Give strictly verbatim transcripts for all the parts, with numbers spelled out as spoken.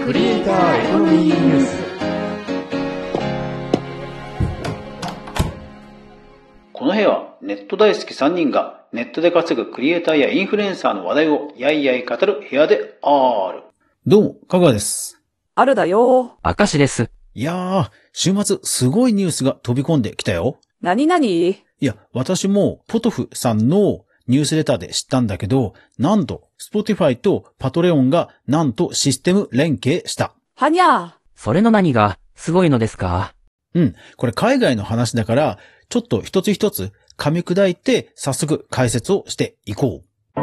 クリエイターエコノミーニュース。 この部屋はネット大好きさんにんがネットで稼ぐクリエイターやインフルエンサーの話題をやいやい語る部屋である。どうも、かぐわです。 あるだよ。 あかしです。 いやー、週末すごいニュースが飛び込んできたよ。 なになに？ いや、私もポトフさんのニュースレターで知ったんだけど、なんと、Spotify とパトレオンがなんとシステム連携した。 はにゃー。 それの何がすごいのですか？ うん、これ海外の話だから、ちょっと一つ一つ噛み砕いて早速解説をしていこう。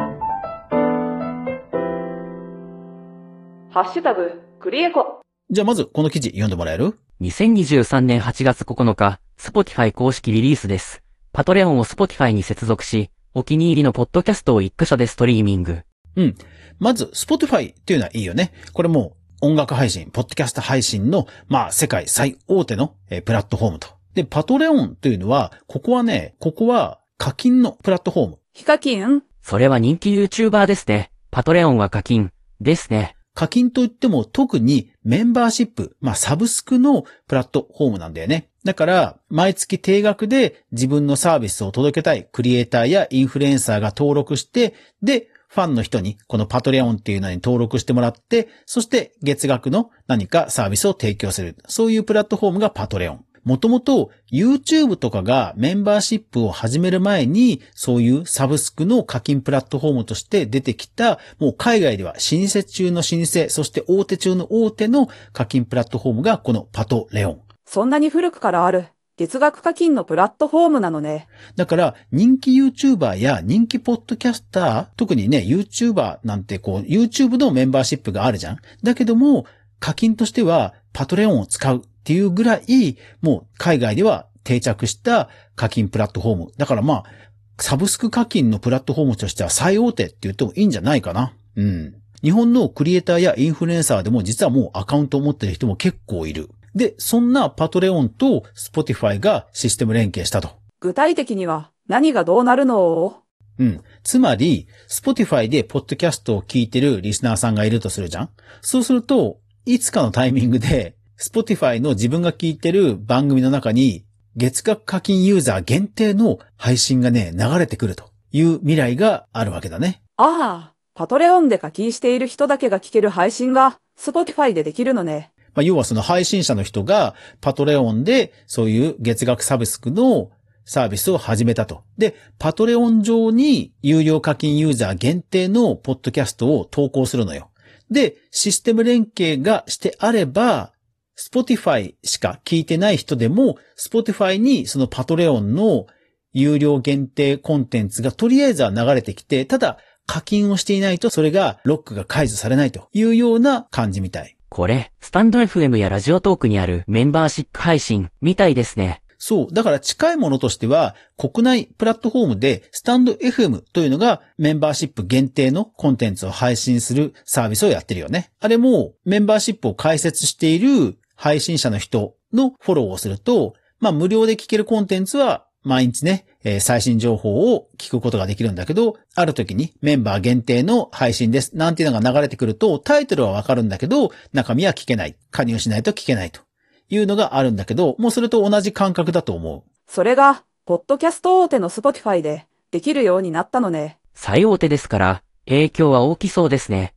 ハッシュタグ、クリエコ。 じゃあまずこの記事読んでもらえる？ にせんにじゅうさんねんはちがつここのか、Spotify 公式リリースです。パトレオンを Spotify に接続し、お気に入りのポッドキャストを一箇所でストリーミング。 うん。まず、Spotify っていうのはいいよね。これもう音楽配信、ポッドキャスト配信の、まあ、世界最大手の、えー、プラットフォームと。で、パトレオンというのは、ここはね、ここは課金のプラットフォーム。 ヒカキン？ それは人気 YouTuber ですね。パトレオンは課金ですね。 課金といっても特にメンバーシップ、まあサブスクのプラットフォームなんだよね。だから、毎月定額で自分のサービスを届けたいクリエイターやインフルエンサーが登録して、で、ファンの人にこのパトレオンっていうのに登録してもらって、そして月額の何かサービスを提供する。そういうプラットフォームがパトレオン。もともと YouTube とかがメンバーシップを始める前にそういうサブスクの課金プラットフォームとして出てきた、もう海外では老舗中の老舗、そして大手中の大手の課金プラットフォームがこのパトレオン。 そんなに古くからある月額課金のプラットフォームなのね。 だから人気 YouTuber や人気ポッドキャスター、特にね YouTuber なんてこう YouTube のメンバーシップがあるじゃん。だけども課金としてはパトレオンを使うっていうぐらい、もう海外では定着した課金プラットフォーム。だからまあ、サブスク課金のプラットフォームとしては最大手って言ってもいいんじゃないかな。うん。日本のクリエイターやインフルエンサーでも実はもうアカウントを持ってる人も結構いる。で、そんなパトレオンと Spotify がシステム連携したと。 具体的には何がどうなるの？ うん。つまり、Spotify でポッドキャストを聞いてるリスナーさんがいるとするじゃん。そうすると、いつかのタイミングで、Spotify の自分が聞いてる番組の中に月額課金ユーザー限定の配信がね、流れてくるという未来があるわけだね。 ああ、パトレオンで課金している人だけが聞ける配信が Spotify でできるのね。 まあ、要はその配信者の人がパトレオンでそういう月額サブスクのサービスを始めたと。で、パトレオン上に有料課金ユーザー限定のポッドキャストを投稿するのよ。で、システム連携がしてあれば、Spotify しか聞いてない人でも、Spotify にそのパトレオンの有料限定コンテンツがとりあえずは流れてきて、ただ課金をしていないとそれがロックが解除されないというような感じみたい。 これ、スタンド エフエム やラジオトークにあるメンバーシップ配信みたいですね。 そう。だから近いものとしては、国内プラットフォームでスタンド エフエム というのがメンバーシップ限定のコンテンツを配信するサービスをやってるよね。あれもメンバーシップを開設している配信者の人のフォローをすると、まあ無料で聞けるコンテンツは毎日ね、えー、最新情報を聞くことができるんだけど、ある時にメンバー限定の配信ですなんていうのが流れてくると、タイトルはわかるんだけど、中身は聞けない。加入しないと聞けないというのがあるんだけど、もうそれと同じ感覚だと思う。 それが、ポッドキャスト大手の Spotify でできるようになったのね。 最大手ですから、影響は大きそうですね。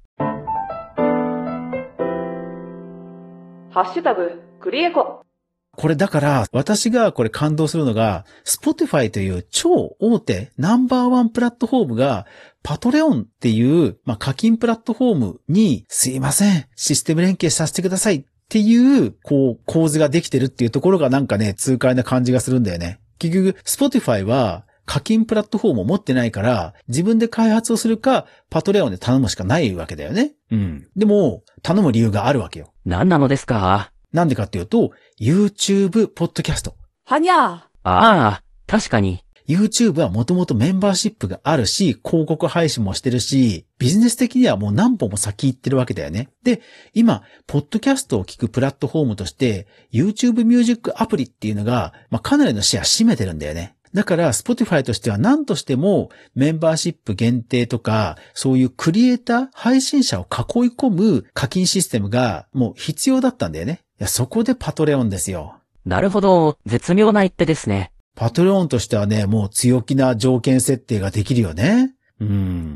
ハッシュタグ、クリエコ。 これだから、私がこれ感動するのが、Spotify という超大手ナンバーワンプラットフォームが、パトレオンっていう、まあ、課金プラットフォームに、すいません、システム連携させてくださいっていう、こう、構図ができてるっていうところがなんかね、痛快な感じがするんだよね。結局、Spotify は、課金プラットフォームを持ってないから、自分で開発をするか、パトレオンで頼むしかないわけだよね。うん。でも、頼む理由があるわけよ。 何なのですか？ なんでかっていうと、YouTube ポッドキャスト。 はにゃー。 ああ、確かに。 YouTube はもともとメンバーシップがあるし、広告配信もしてるし、ビジネス的にはもう何歩も先行ってるわけだよね。で、今、ポッドキャストを聞くプラットフォームとして、YouTube ミュージックアプリっていうのが、まあ、かなりのシェア占めてるんだよね。 だから、Spotify としては何としてもメンバーシップ限定とか、そういうクリエイター、配信者を囲い込む課金システムがもう必要だったんだよね。いや、そこでパトレオンですよ。 なるほど、絶妙な一手ですね。 パトレオンとしてはね、もう強気な条件設定ができるよね。うん。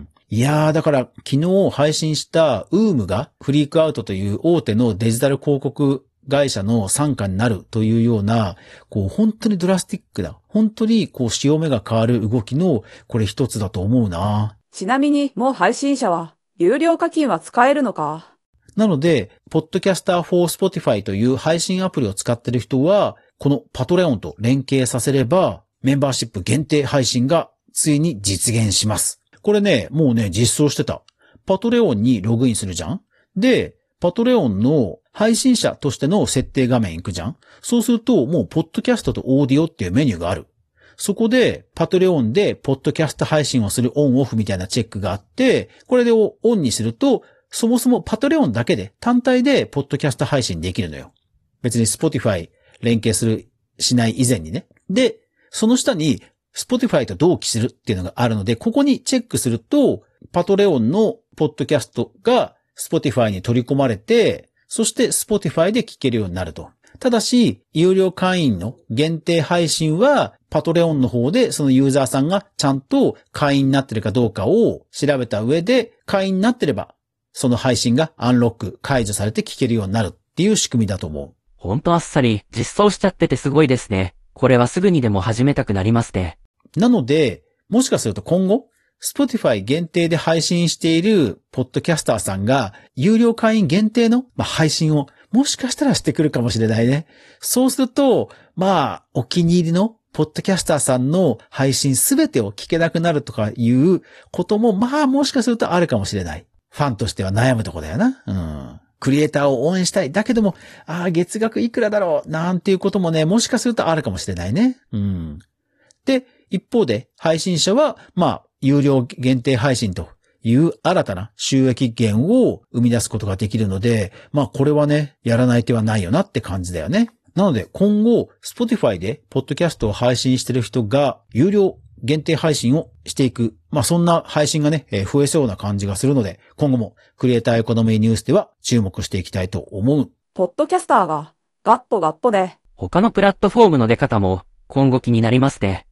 いやー、だから昨日配信したウームがフリークアウトという大手のデジタル広告会社の傘下になるというような、こう本当にドラスティックな、本当にこう潮目が変わる動きのこれ一つだと思うな。 ちなみにもう配信者は有料課金は使えるのか？ なので、Podcaster for Spotify という配信アプリを使っている人は、このパトレオンと連携させれば、メンバーシップ限定配信がついに実現します。これね、もうね、実装してた。パトレオンにログインするじゃん？で、パトレオンの配信者としての設定画面行くじゃん？そうすると、もう、ポッドキャストとオーディオっていうメニューがある。そこで、パトレオンで、ポッドキャスト配信をするオンオフみたいなチェックがあって、これでオンにすると、そもそもパトレオンだけで、単体で、ポッドキャスト配信できるのよ。別に Spotify 連携する、しない以前にね。で、その下に、Spotify と同期するっていうのがあるので、ここにチェックすると、パトレオンのポッドキャストが Spotify に取り込まれて、そして Spotify で聞けるようになると。ただし、有料会員の限定配信は、パトレオンの方でそのユーザーさんがちゃんと会員になってるかどうかを調べた上で、会員になってれば、その配信がアンロック、解除されて聞けるようになるっていう仕組みだと思う。 ほんとあっさり、実装しちゃっててすごいですね。これはすぐにでも始めたくなりますね。 なので、もしかすると今後、Spotify 限定で配信しているポッドキャスターさんが、有料会員限定の、まあ、配信をもしかしたらしてくるかもしれないね。そうすると、まあ、お気に入りのポッドキャスターさんの配信すべてを聞けなくなるとかいうことも、まあ、もしかするとあるかもしれない。ファンとしては悩むとこだよな。うん。クリエイターを応援したい。だけども、ああ、月額いくらだろうなんていうこともね、もしかするとあるかもしれないね。うん。で、一方で配信者は、まあ、有料限定配信という新たな収益源を生み出すことができるので、まあこれはね、やらない手はないよなって感じだよね。なので今後、Spotify でポッドキャストを配信している人が有料限定配信をしていく。まあそんな配信がね、増えそうな感じがするので、今後もクリエイターエコノミーニュースでは注目していきたいと思う。 ポッドキャスターがガッポガッポで。 他のプラットフォームの出方も今後気になりますね。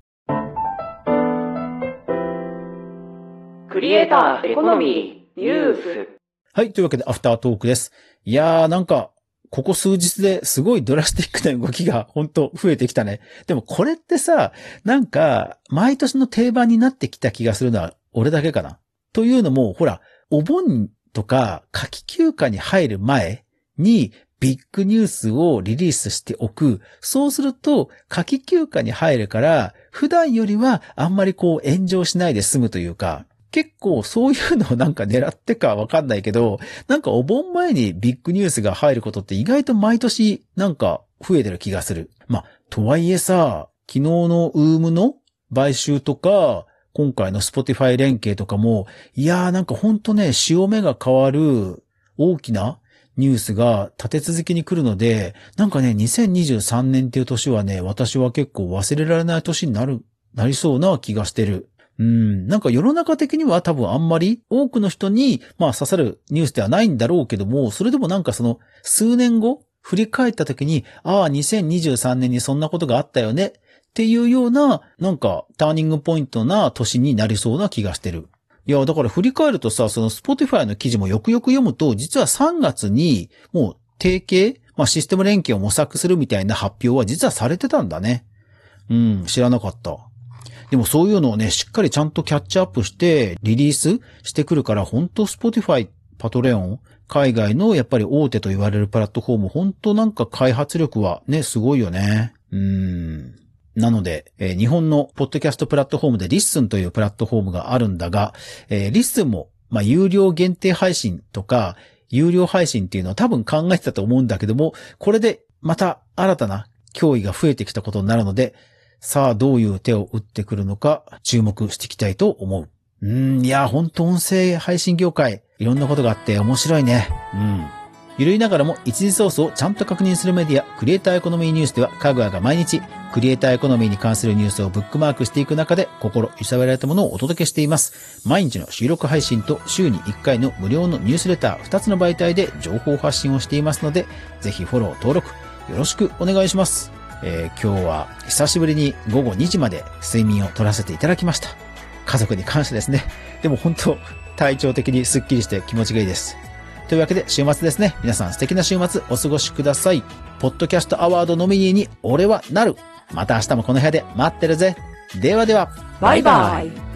クリエイターエコノミーニュース。 はい、というわけでアフタートークです。いやーなんか、ここ数日ですごいドラスティックな動きが本当増えてきたね。でもこれってさ、なんか、毎年の定番になってきた気がするのは俺だけかな。というのも、ほら、お盆とか夏季休暇に入る前にビッグニュースをリリースしておく。そうすると、夏季休暇に入るから、普段よりはあんまりこう炎上しないで済むというか、結構そういうのをなんか狙ってかわかんないけど、なんかお盆前にビッグニュースが入ることって意外と毎年なんか増えてる気がする。まあ、とはいえさ、昨日のウームの買収とか、今回の Spotify 連携とかも、いやーなんかほんとね、潮目が変わる大きなニュースが立て続けに来るので、なんかね、にせんにじゅうさんねんっていう年はね、私は結構忘れられない年になる、なりそうな気がしてる。うん、なんか世の中的には多分あんまり多くの人にまあ刺さるニュースではないんだろうけども、それでもなんかその数年後振り返った時に、ああにせんにじゅうさんねんにそんなことがあったよねっていうようななんかターニングポイントな年になりそうな気がしてる。いやだから振り返るとさ、その Spotify の記事もよくよく読むと、実はさんがつにもう提携、まあシステム連携を模索するみたいな発表は実はされてたんだね。うん、知らなかった。でもそういうのをね、しっかりちゃんとキャッチアップしてリリースしてくるから、本当 Spotify、パトレオン、海外のやっぱり大手と言われるプラットフォーム、本当なんか開発力はね、すごいよね。うーん。なので、えー、日本のポッドキャストプラットフォームでリッスンというプラットフォームがあるんだが、えー、リッスンも、まあ、有料限定配信とか、有料配信っていうのは多分考えてたと思うんだけども、これでまた新たな脅威が増えてきたことになるので、さあどういう手を打ってくるのか注目していきたいと思う。うーん、いや、ほんと音声配信業界、いろんなことがあって面白いね。うん。ゆるいながらも一時ソースをちゃんと確認するメディア、クリエイターエコノミーニュースでは、かぐわが毎日クリエイターエコノミーに関するニュースをブックマークしていく中で心揺さぶられたものをお届けしています。毎日の収録配信と週にいっかいの無料のニュースレターふたつの媒体で情報発信をしていますので、ぜひフォロー登録よろしくお願いします。えー、今日は久しぶりに午後にじまで睡眠を取らせていただきました。家族に感謝ですね。でも本当体調的にスッキリして気持ちがいいです。というわけで週末ですね。皆さん素敵な週末お過ごしください。ポッドキャストアワードノミニーに俺はなる。また明日もこの部屋で待ってるぜ。ではでは。 バイバイ。